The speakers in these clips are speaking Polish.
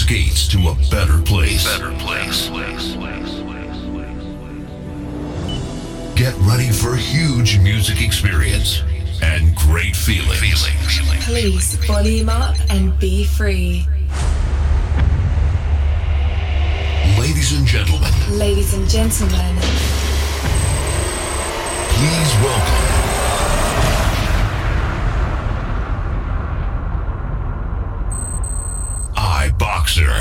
gates to a better place. Get ready for a huge music experience and great feelings. Please volume up and be free. Ladies and gentlemen. Please welcome iBoxer.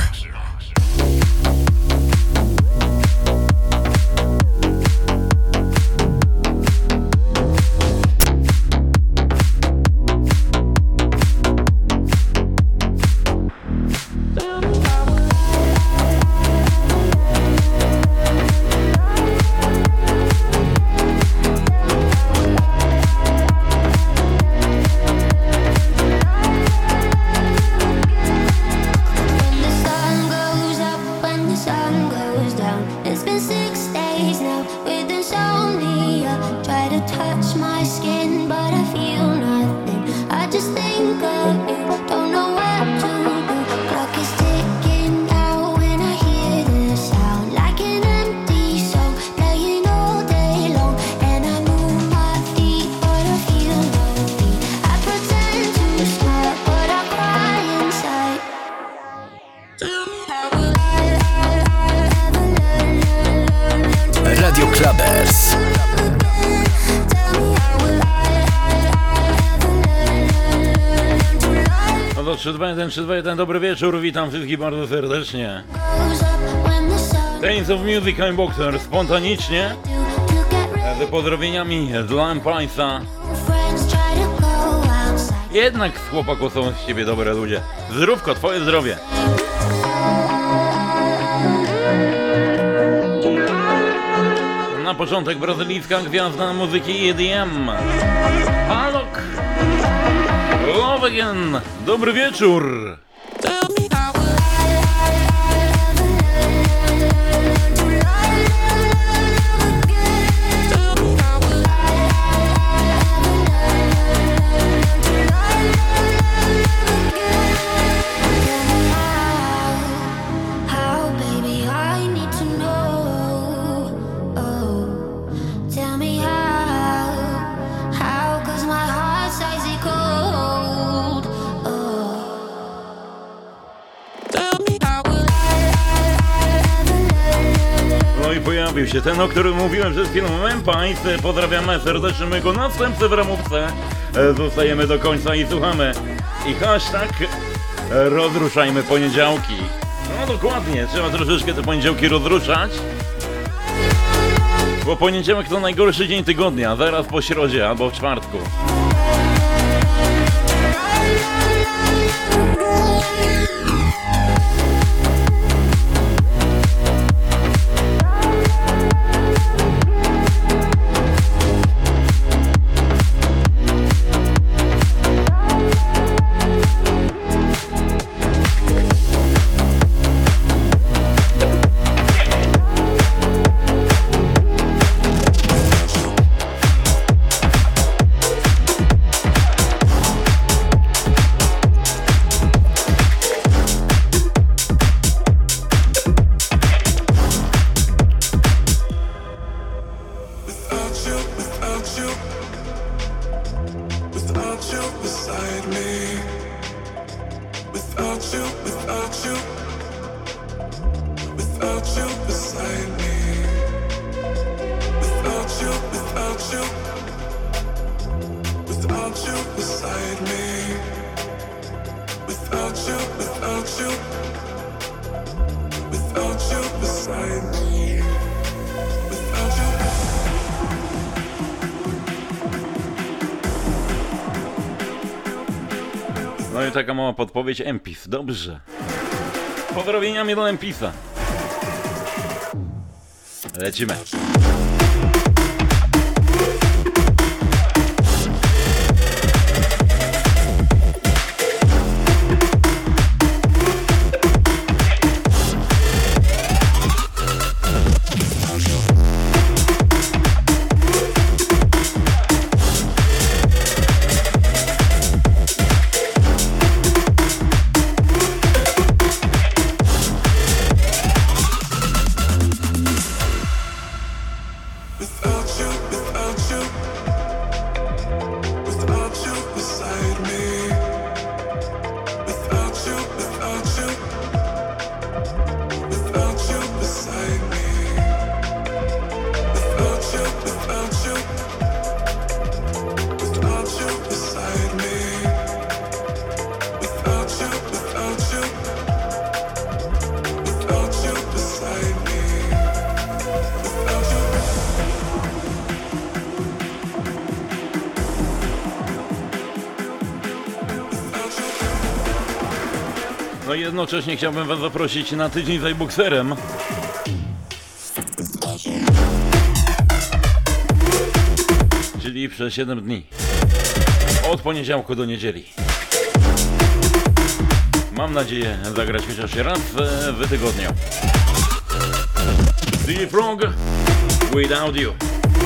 Radio Clubbers. No to 321, dobry wieczór, witam wszystkich bardzo serdecznie. Taints of Music, iBoxer, spontanicznie, z pozdrowieniami dla Empire'a. Jednak z chłopaków są z ciebie dobre ludzie. Zdrówko, twoje zdrowie. Na początek brazylijska gwiazda muzyki EDM. Alok. Love Again. Dobry wieczór. Pojawił się ten, o którym mówiłem przed chwilą, Empire. Pozdrawiamy serdecznie mojego następcę w ramówce. Zostajemy do końca i słuchamy. I hashtag rozruszajmy poniedziałki. No dokładnie, trzeba troszeczkę te poniedziałki rozruszać. Bo poniedziałek to najgorszy dzień tygodnia, zaraz po środzie albo w czwartku. No i taka mała podpowiedź, Empis, dobrze. Pozdrowieniami do Empisa. Lecimy. No i jednocześnie chciałbym was zaprosić na tydzień z iBoxerem. Czyli przez 7 dni. Od poniedziałku do niedzieli. Mam nadzieję zagrać chociaż raz w tygodniu. The Frog, Without You.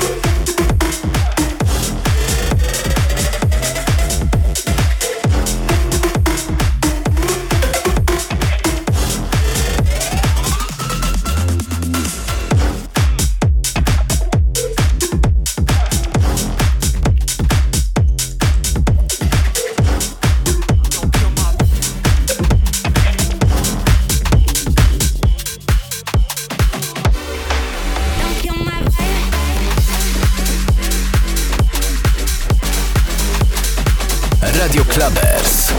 Radio Clubbers.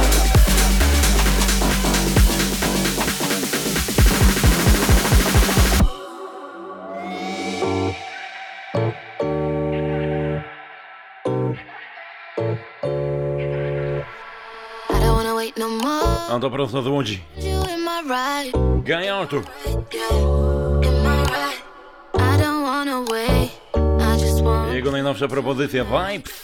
A to prosto z Łodzi. Guy Arthur. Jego najnowsza propozycja Vibes.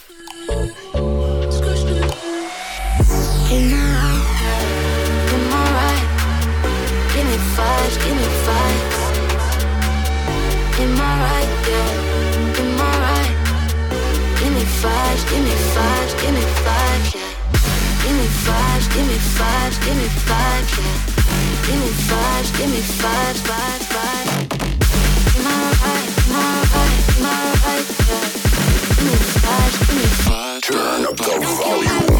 Turn up the volume.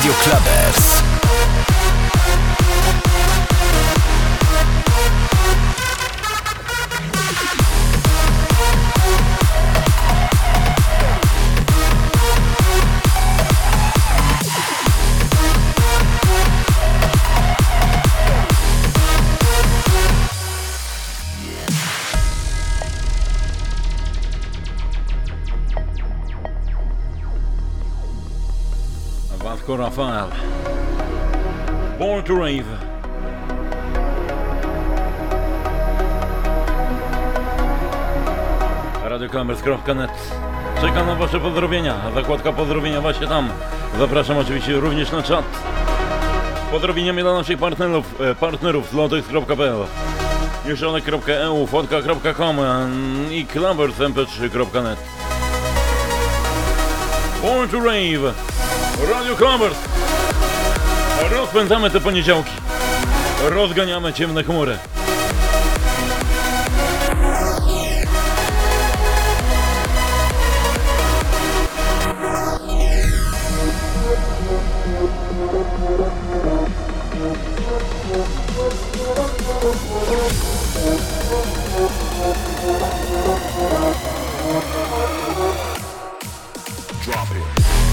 Radio Clubbers. Rafael, Born to Rave. RadioClubbers.net. Czekam na wasze pozdrowienia. Zakładka pozdrowienia właśnie tam. Zapraszam oczywiście również na czat. Pozdrowieniami dla naszych partnerów z lotex.pl, nieszonek.eu, fotka.com i clubbersmp3.net. Born to Rave. Radio Clubbers. Rozpędzamy te poniedziałki. Rozganiamy ciemne chmury. Drop it.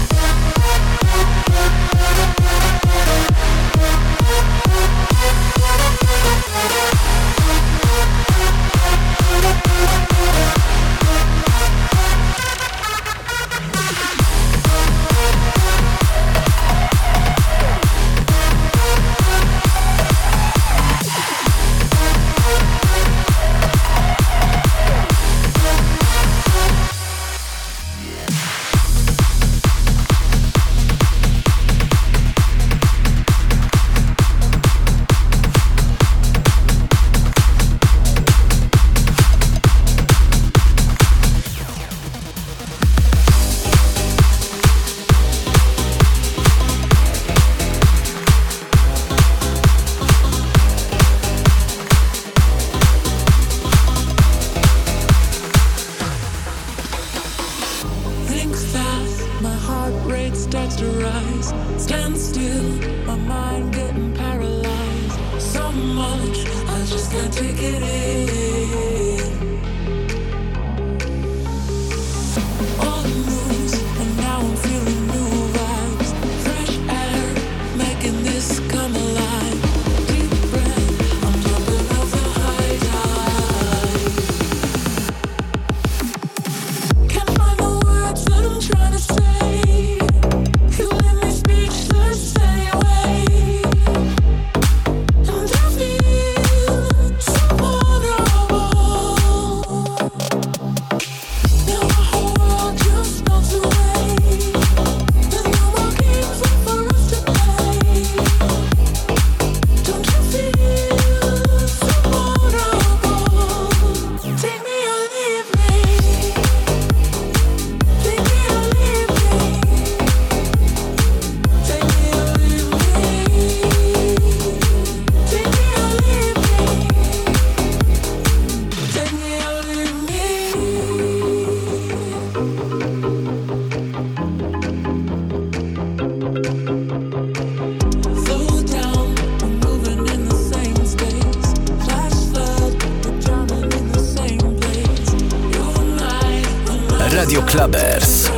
Radio Clubbers.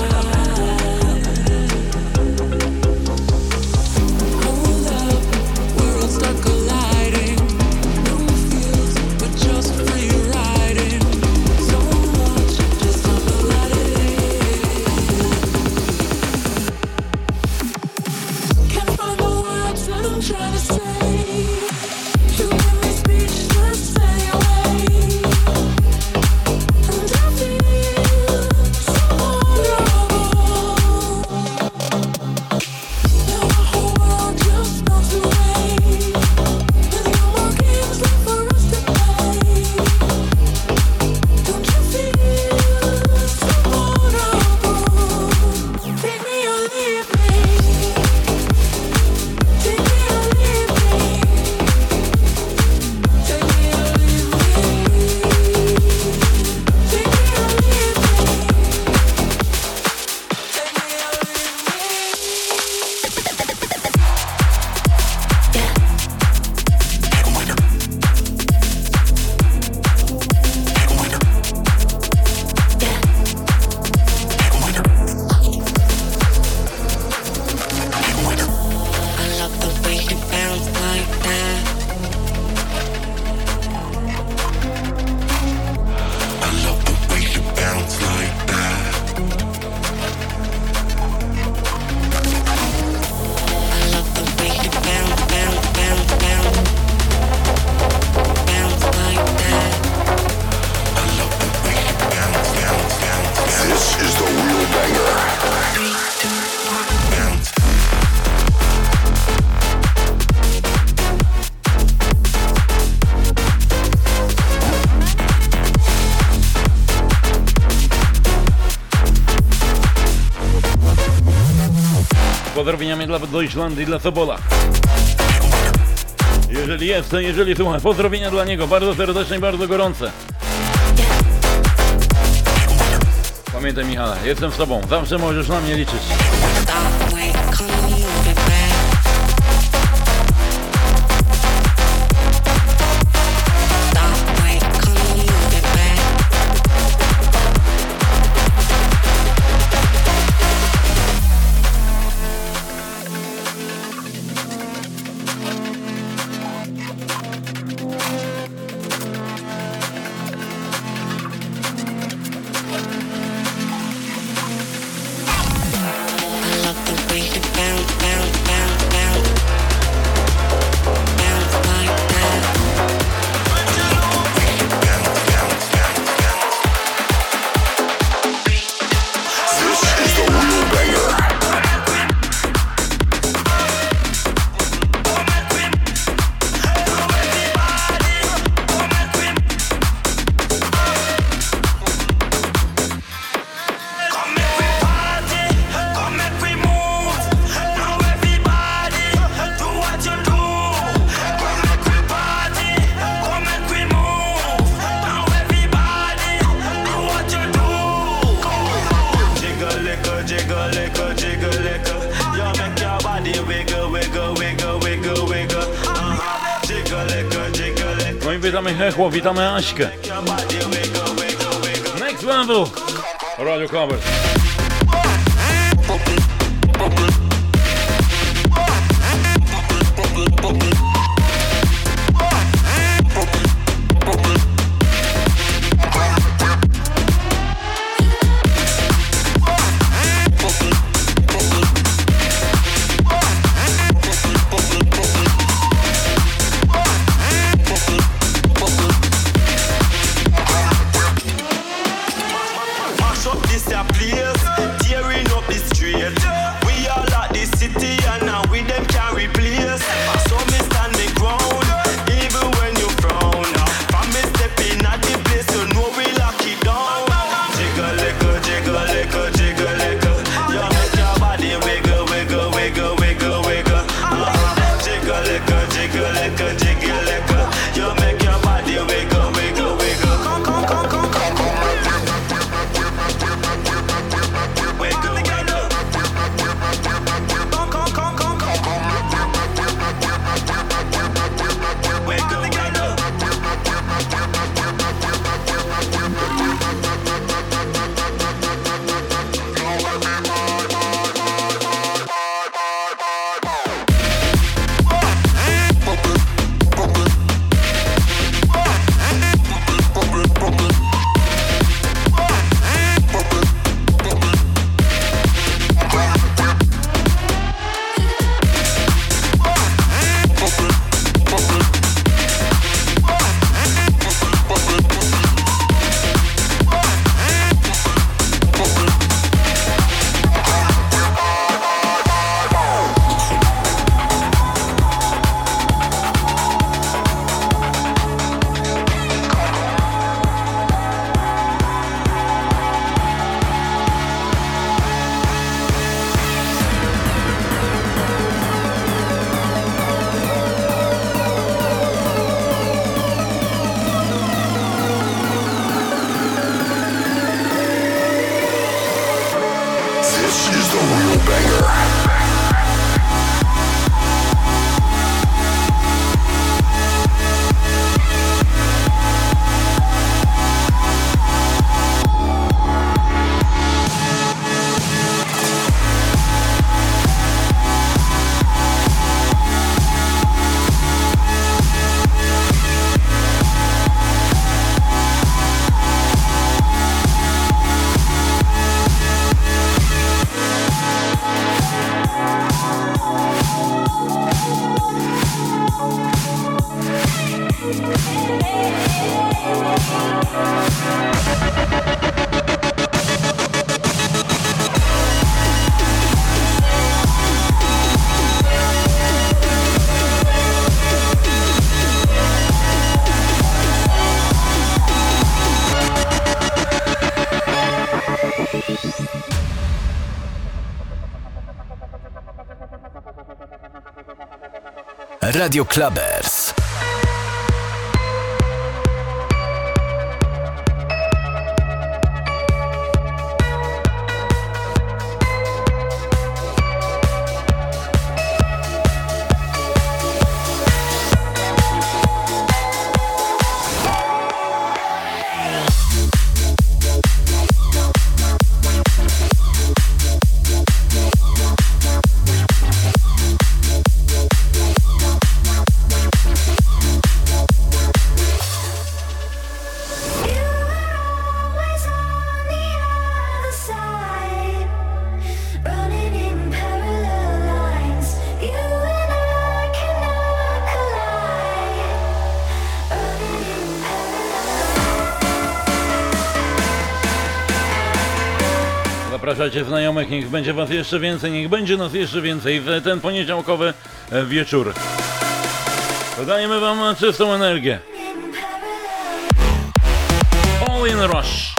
Yeah. pozdrowieniami dla Deutschlandii, dla Sobola. Jeżeli jest, jeżeli słucha, pozdrowienia dla niego, bardzo serdeczne i bardzo gorące. Pamiętaj, Michale, jestem z tobą, zawsze możesz na mnie liczyć. Witamy Hechło, witamy Aśkę. Next level! Radio Clubbers. Radio Clubbers. Zapraszajcie znajomych, niech będzie was jeszcze więcej, niech będzie nas jeszcze więcej w ten poniedziałkowy wieczór. Dodajemy wam czystą energię. All in Rush.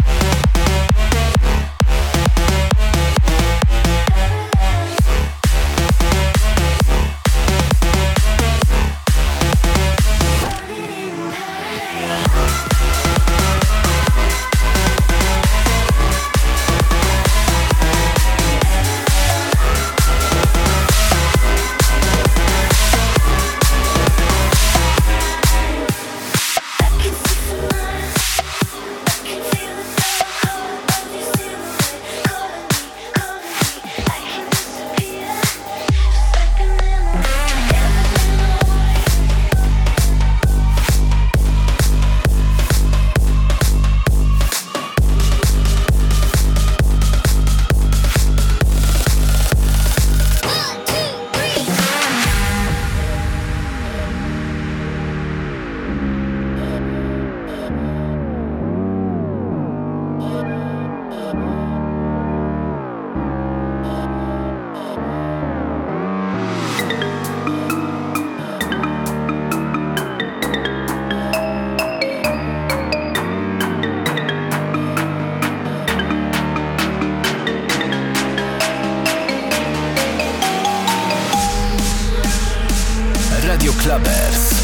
Radio Clubbers.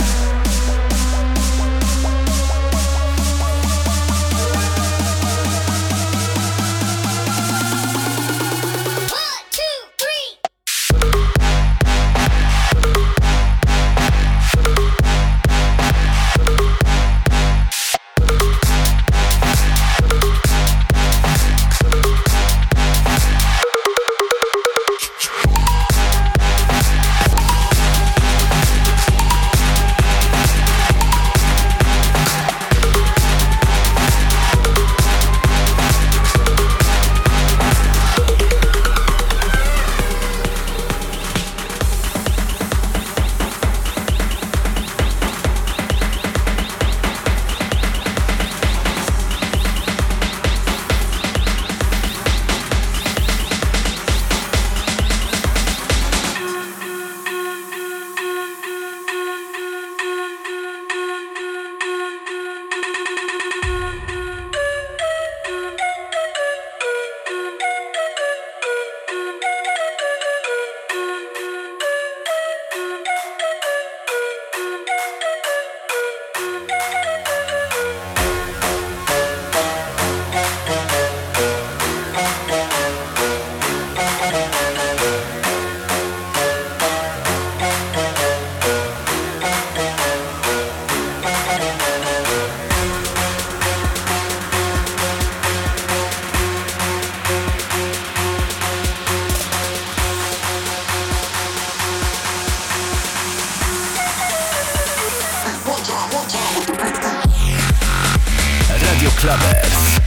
Radio Clubbers.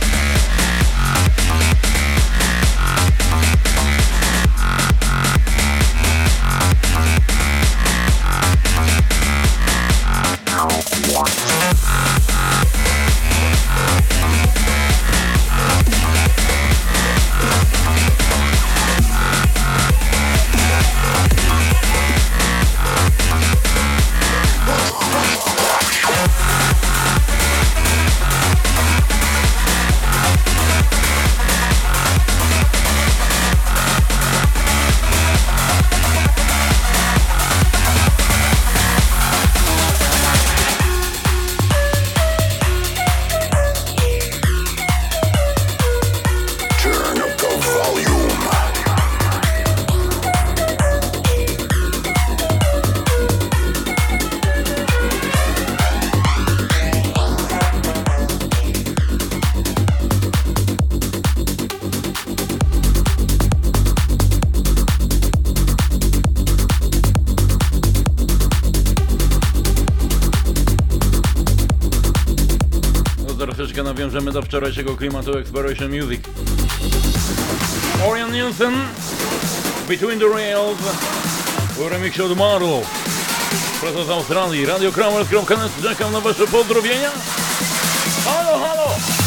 chwilkę nawiążemy do wczorajszego klimatu Exploration Music. Orion Nielsen, Between the Rails, w remiksie od Marlow. Prosto z Australii, radiokramers.net, czekam na wasze pozdrowienia. Halo, halo!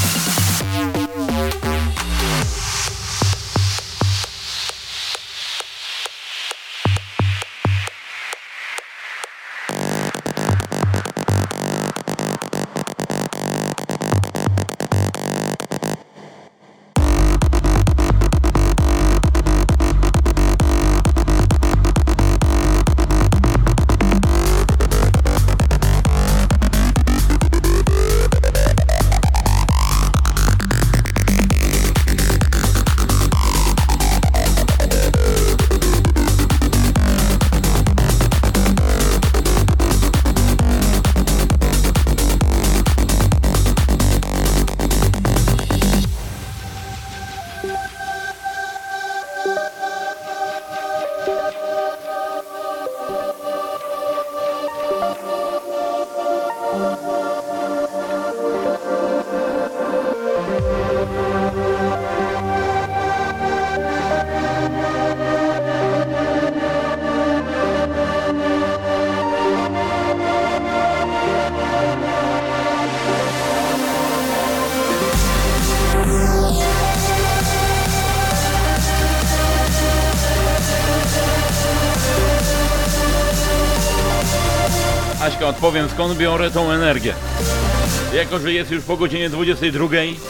Aśka, odpowiem, skąd biorę tą energię. Jako że jest już po godzinie 22,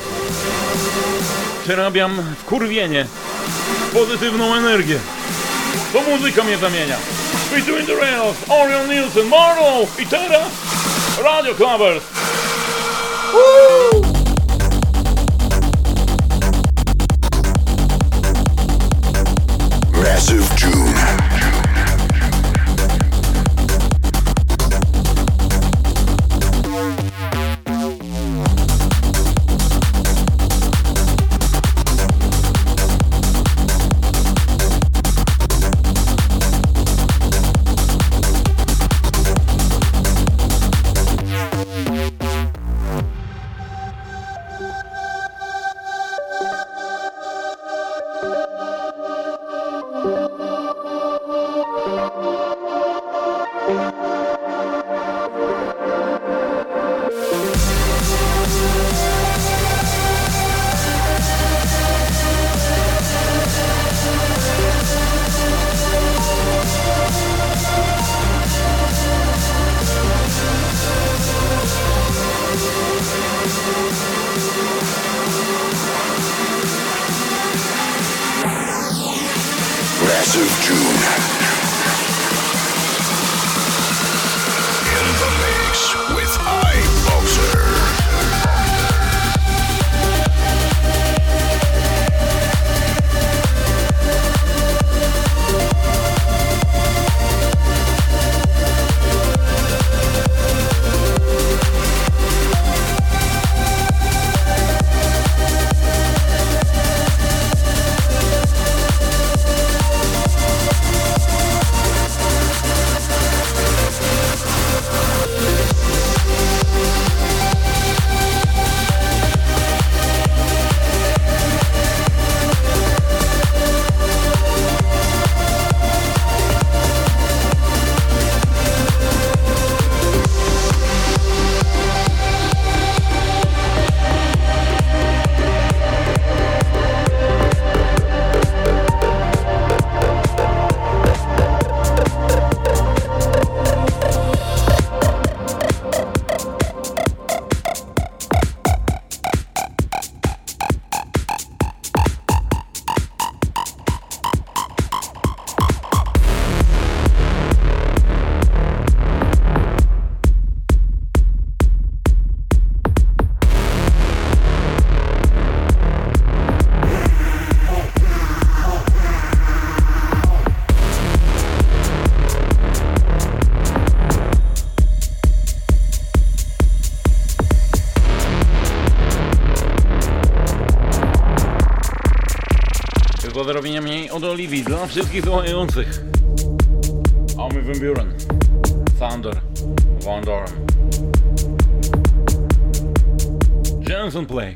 przerabiam wkurwienie w pozytywną energię. To muzyka mnie zamienia. Between the Rails, Orion Nielsen, Marlow i teraz Radio Clubbers. Massive June. Massive June. In the mix with iBoxer. Pozdrowienia mniej od Oliwii dla wszystkich słuchających. Armin van Buuren, Thunder, Van Dorn, Johnson Play.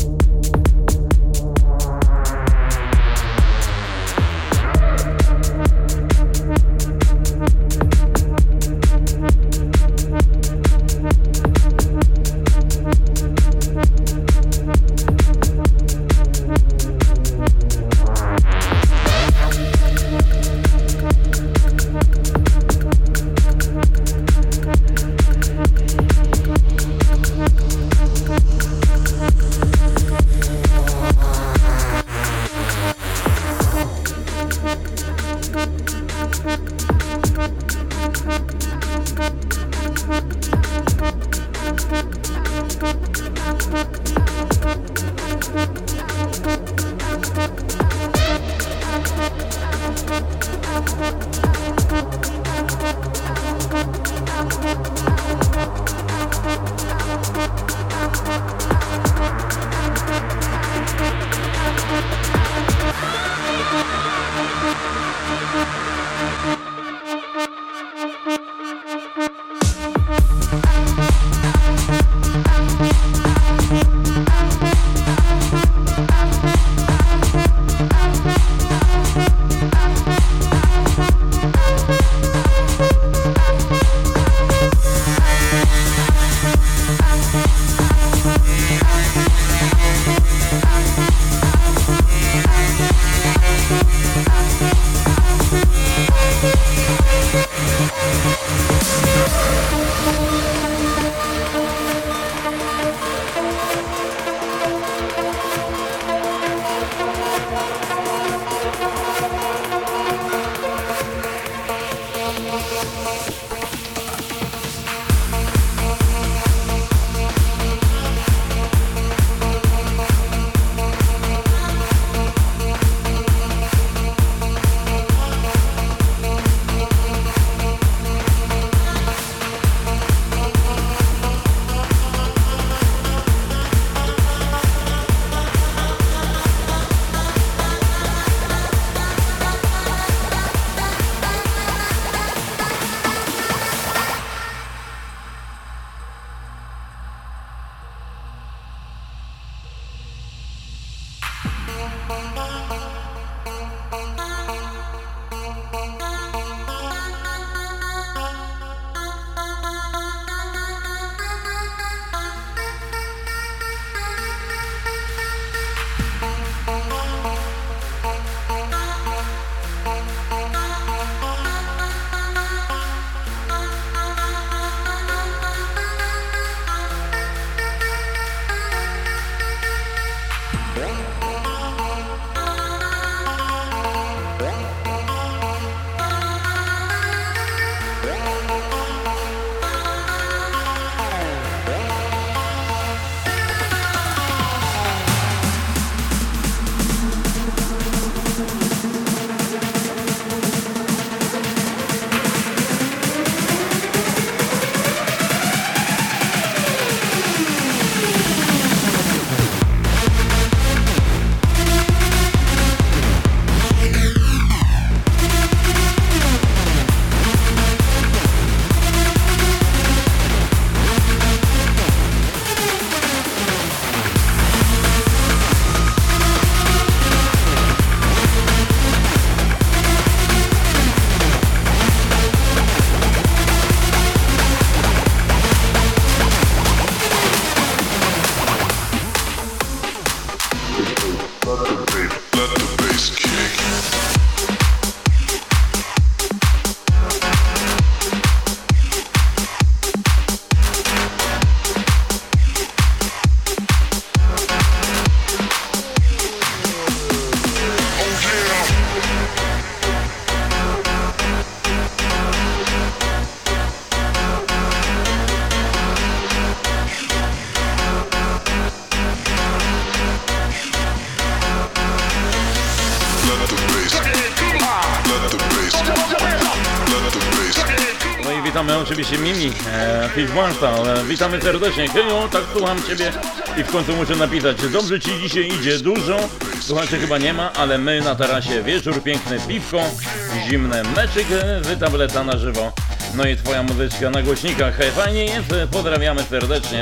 witamy oczywiście Mimi, Fishbonstall, witamy serdecznie. Hejo, tak słucham Ciebie i w końcu muszę napisać, czy dobrze Ci dzisiaj idzie, dużo? Słuchajcie, chyba nie ma, ale my na tarasie wieczór, piękne piwko, zimne meczyk z tableta na żywo. No i Twoja muzyczka na głośnikach, fajnie jest, pozdrawiamy serdecznie.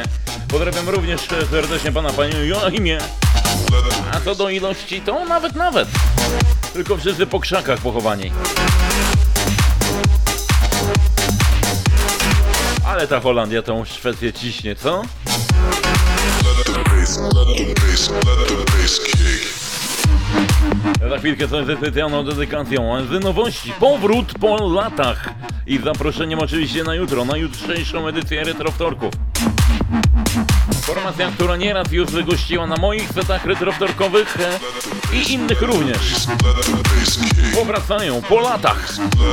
Pozdrawiam również serdecznie pana panią Joachimie. A co do ilości, to nawet. Tylko wszyscy po krzakach pochowani. Ale ta Holandia tą Szwecję ciśnie, co? Za chwilkę coś ze specjalną dedykacją, z nowości, powrót po latach i zaproszeniem oczywiście na jutro, na jutrzejszą edycję Retrowtorków. Formacja, która nieraz już wygościła na moich setach retrowtorkowych i innych również. Powracają po latach.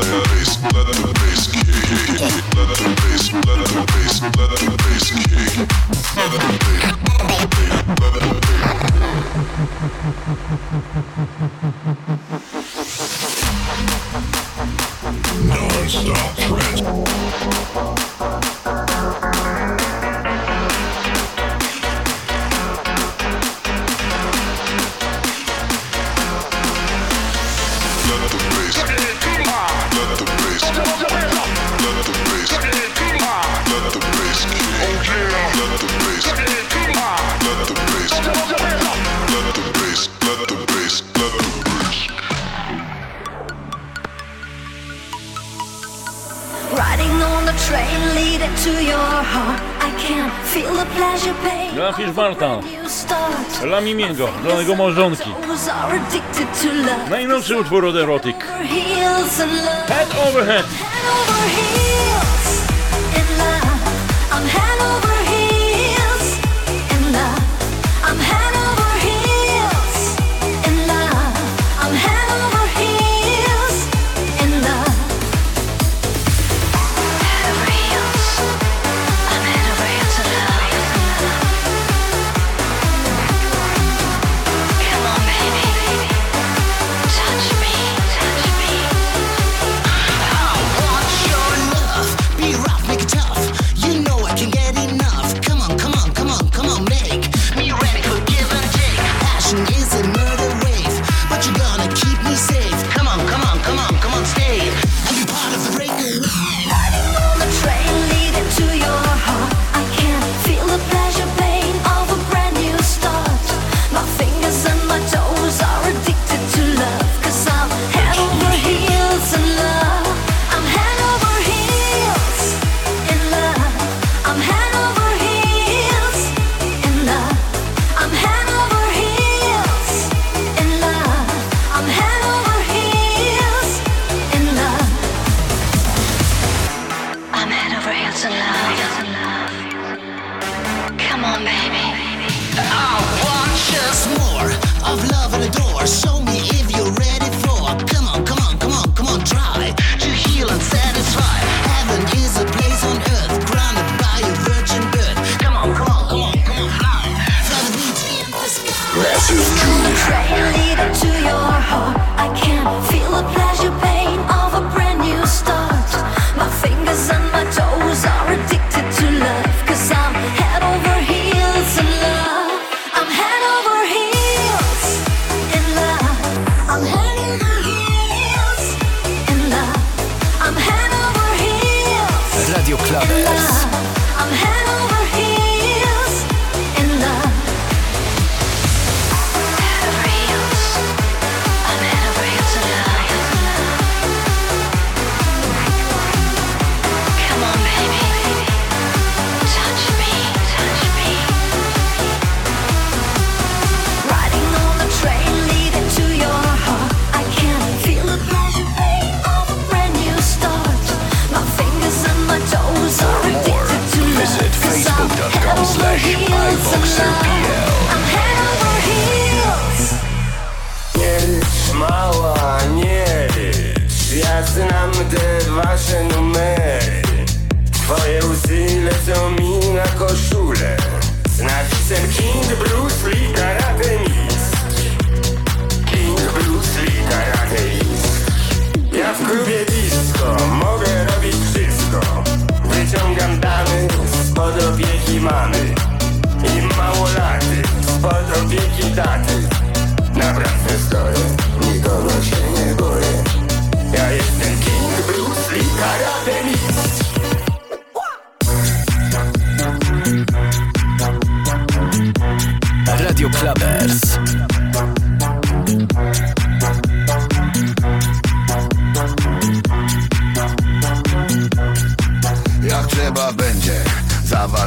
Non-stop trance. Dla Fiszbarta, dla Mimiego, dla jego małżonki. Najnowszy utwór od Erotic. Head over head.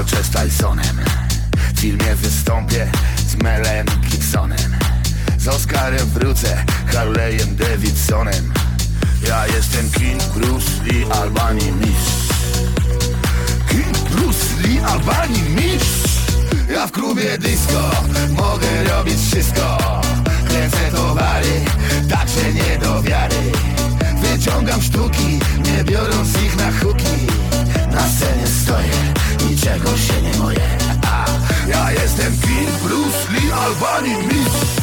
skoczę z Tysonem. W filmie wystąpię z Melem Gibsonem. Z Oscarem wrócę, Harley'em Davidsonem. Ja jestem King Bruce Lee, Albanii mistrz. King Bruce Lee, Albanii mistrz. Ja w klubie disco mogę robić wszystko. Kręcę towary, tak się nie do wiary. Wyciągam sztuki, nie biorąc ich na huki. Na scenie stoję, niczego się nie boję. Ja jestem King Bruce Lee, Albanii mistrz.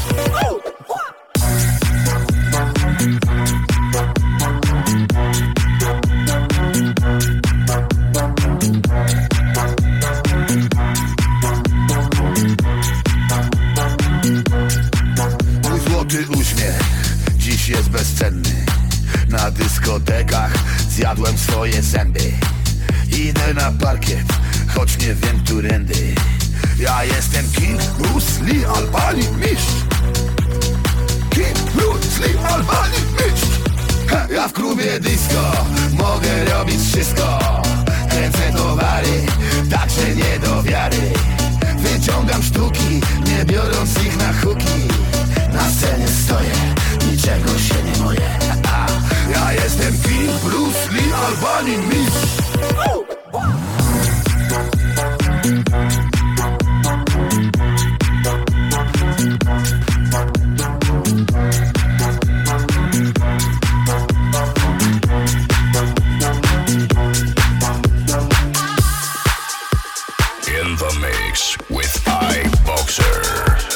Mój złoty uśmiech dziś jest bezcenny. Na dyskotekach zjadłem swoje zęby. Idę na parkiet, choć nie wiem którędy. Ja jestem King Bruce Lee, Albanii mistrz. King Bruce Lee, Albanii mistrz. Ja w klubie disco mogę robić wszystko. Kręcę towary, tak się nie do wiary. Wyciągam sztuki, nie biorąc ich na huki. Na scenie stoję, niczego się nie boję. Ja jestem King Bruce Lee, Albanii mistrz. In the mix with iBoxer.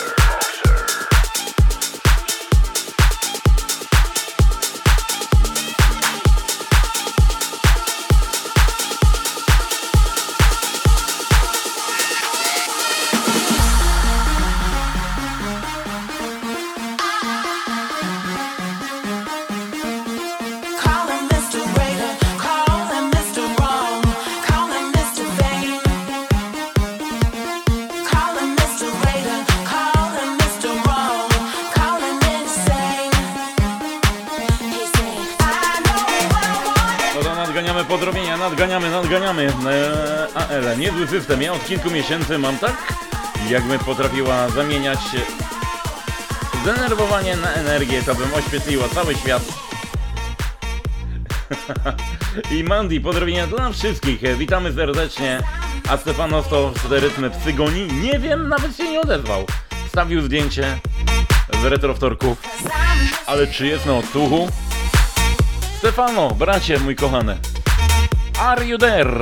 Nadganiamy. AL, niezły system. Ja od kilku miesięcy mam tak, jakby potrafiła zamieniać zdenerwowanie na energię, to bym oświetliła cały świat. I Mandy, pozdrowienia dla wszystkich. Witamy serdecznie. A Stefano to w rytmy Psygoni. Nie wiem, nawet się nie odezwał. Stawił zdjęcie z retrowtorków. Ale czy jest na odsłuchu? Stefano, bracie mój kochany. Are you there?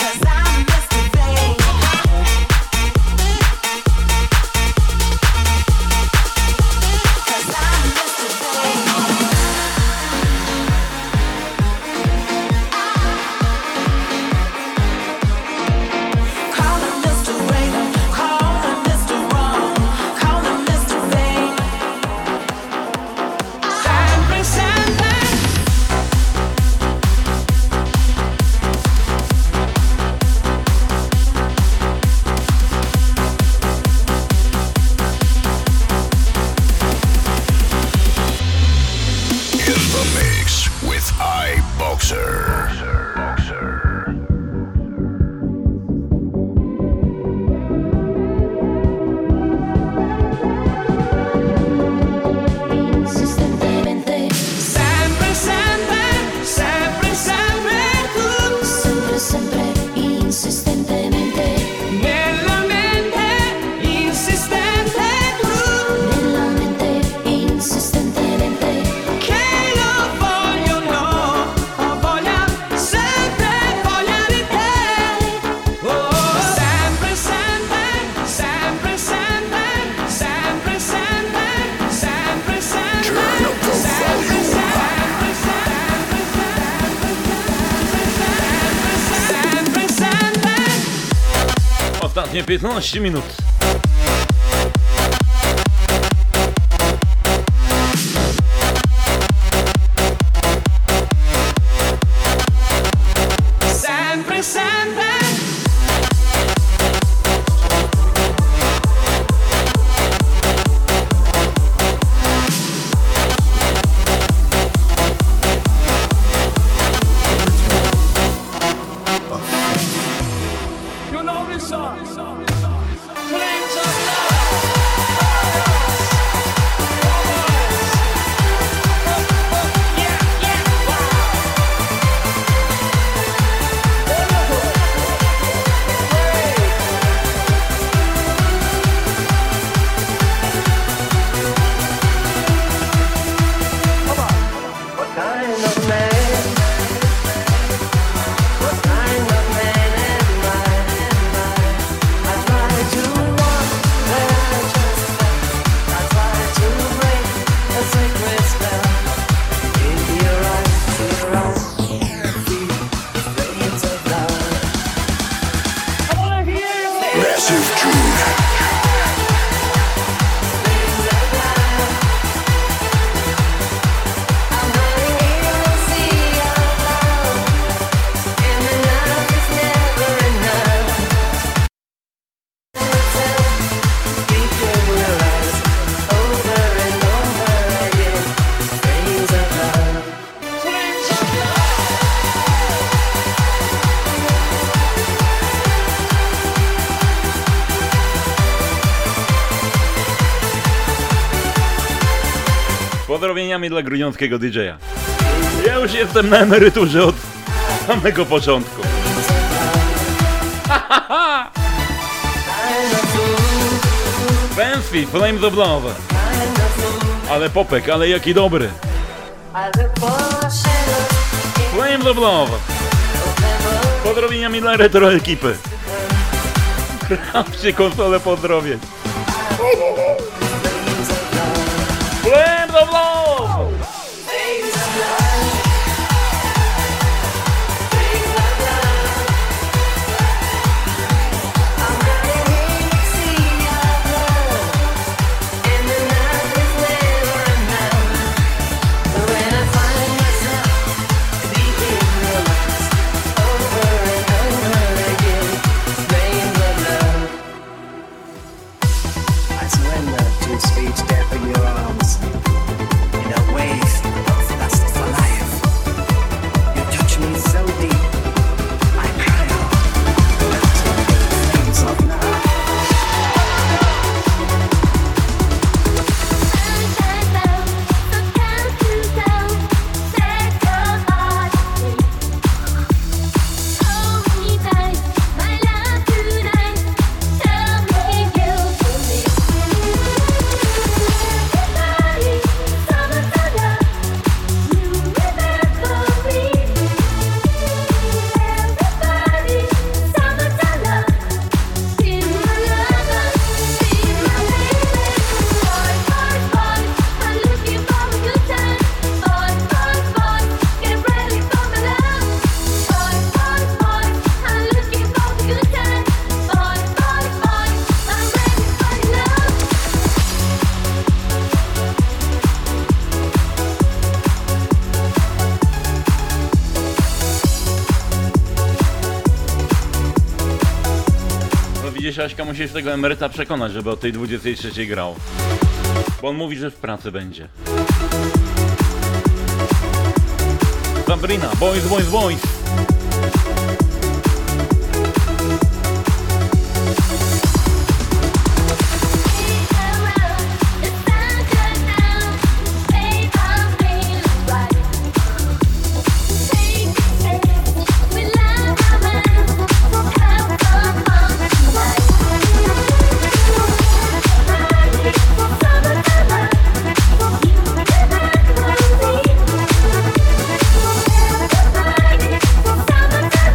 Ostatnie 15 minut. Sempre, sempre. You know this song. Pozdrowieniami dla grudziąckiego DJ-a. Ja już jestem na emeryturze od samego początku. Fancy, Flames of Love. Ale popek, ale jaki dobry. Flames of Love. Pozdrowieniami dla retro ekipy. Krawcie konsolę pozdrowień. Flames of Love. Aśka, musisz tego emeryta przekonać, żeby o tej 23 grał. Bo on mówi, że w pracy będzie. Sabrina, boys, boys, boys. Summertime.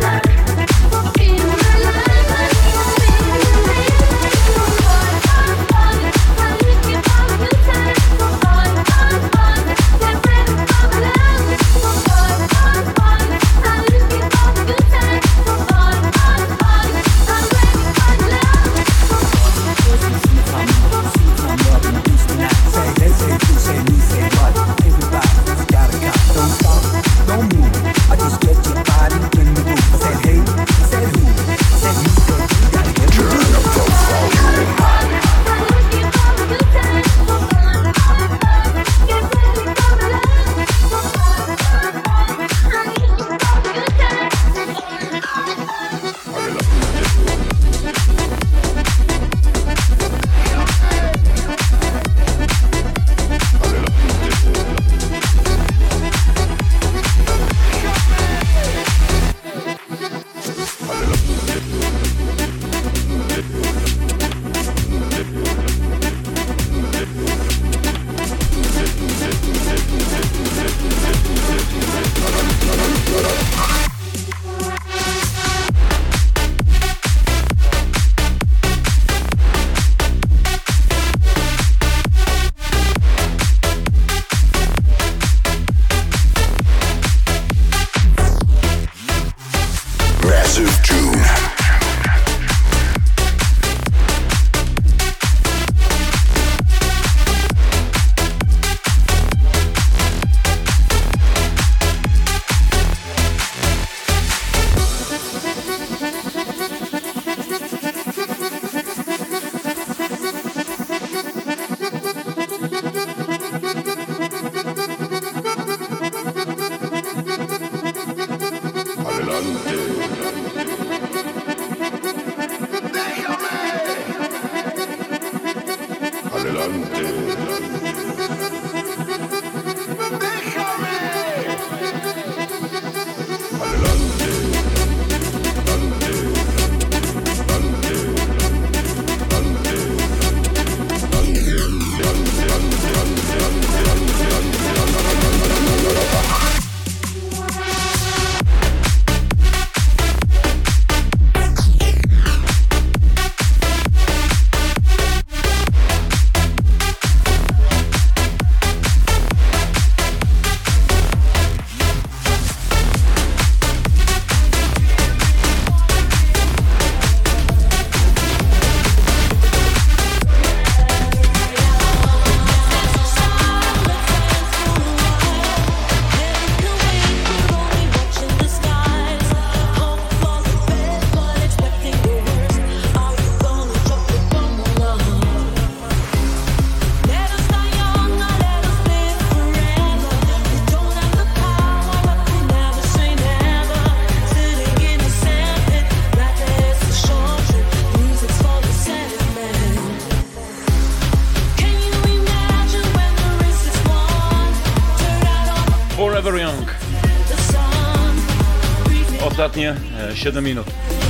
Ostatnie 7 minut.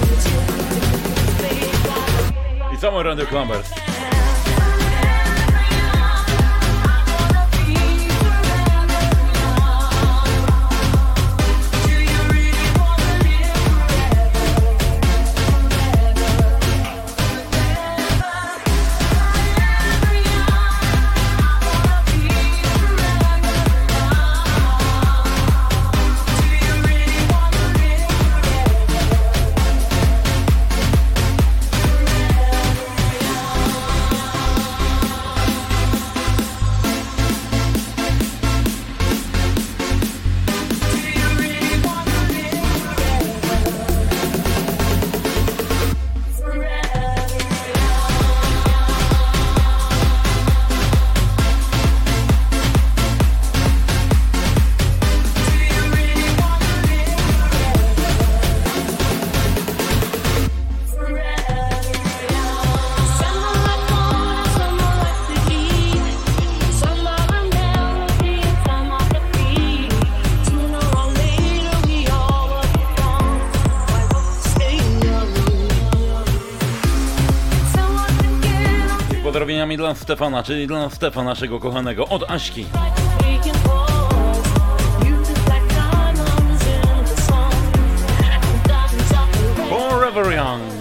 I całe Radio Clubbers. Pozdrowieniami dla Stefana, czyli dla Stefa, naszego kochanego, od Aśki. Forever Young.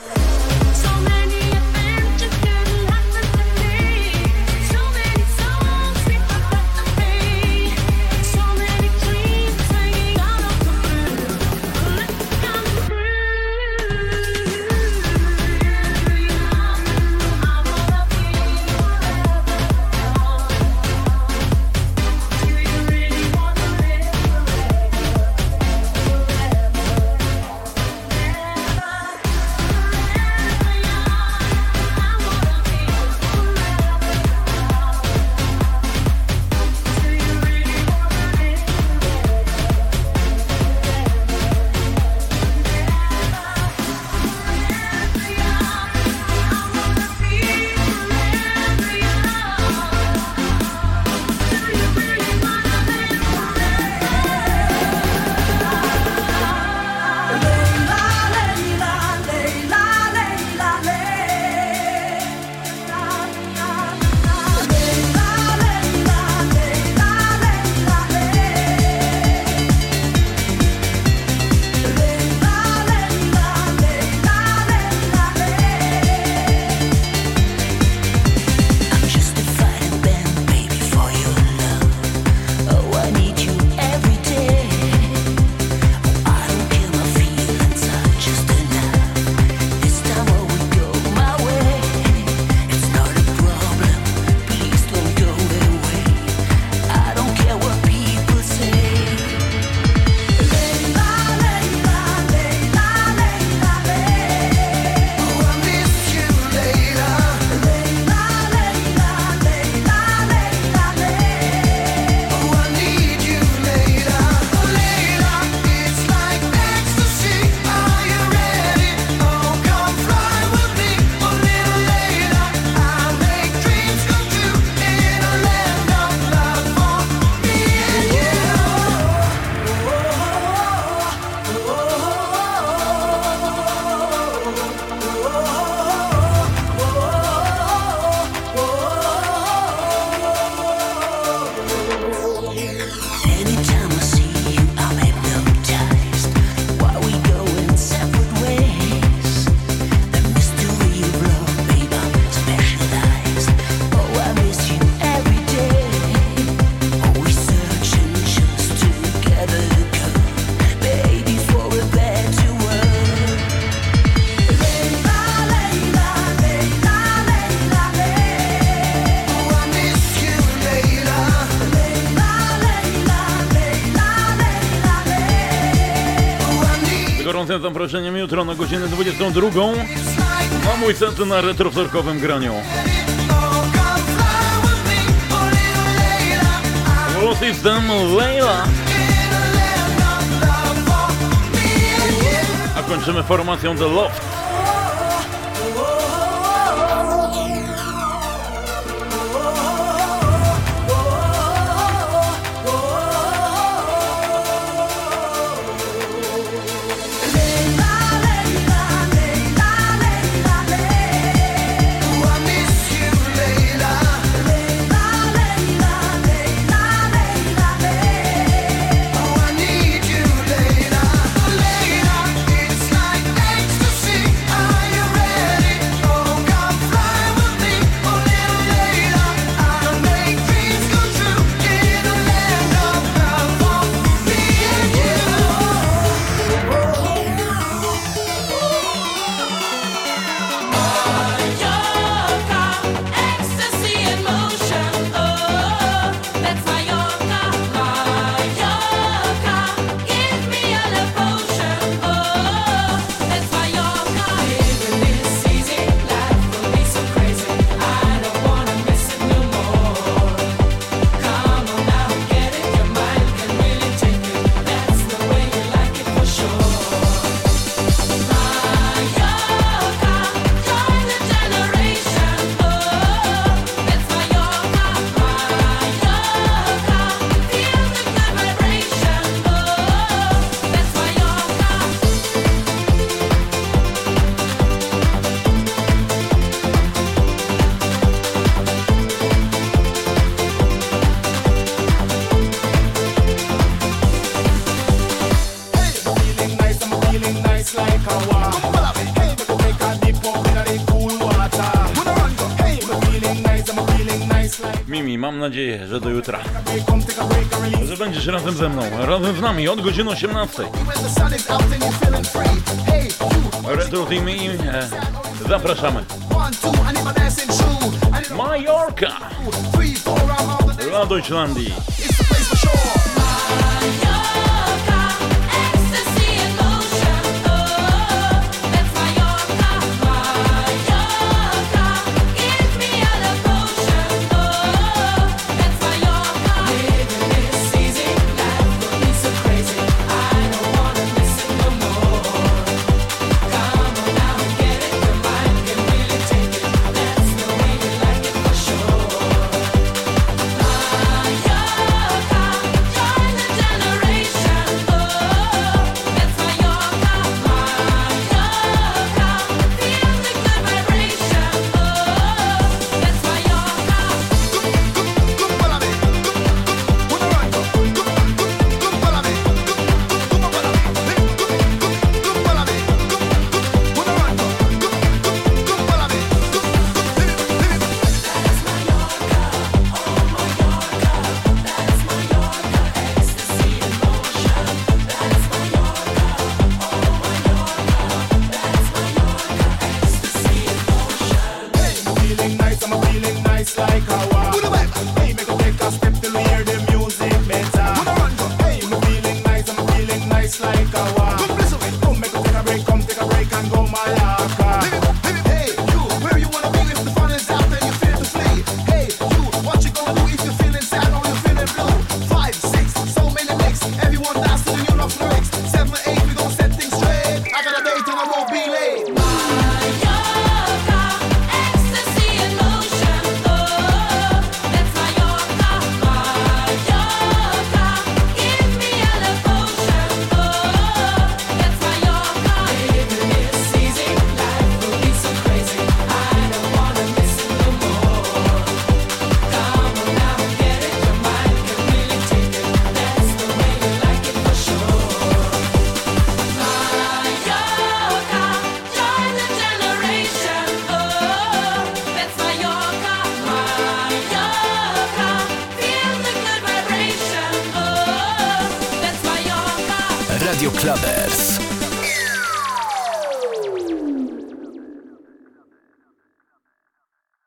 Gorącym zaproszeniem jutro na godzinę 22 na mój set na retrowtorkowym graniu. System Leila. A kończymy formacją The Loft. nice like a war. Hey, we go take a dip up in the cool water. Hey, I'm feeling nice like. Mimi, mam nadzieję, że do jutra. Come take a break and release. Że będziesz razem ze mną, razem z nami od godziny 18. When the sun is out and you're feeling free. Hey, you. Retro Team i zapraszamy. 1, 2, and if I'm dancing true. And it's Majorka! 3, 4, I'm out the Dla Deutschlandii. It's the place for sure. Radio Clubbers.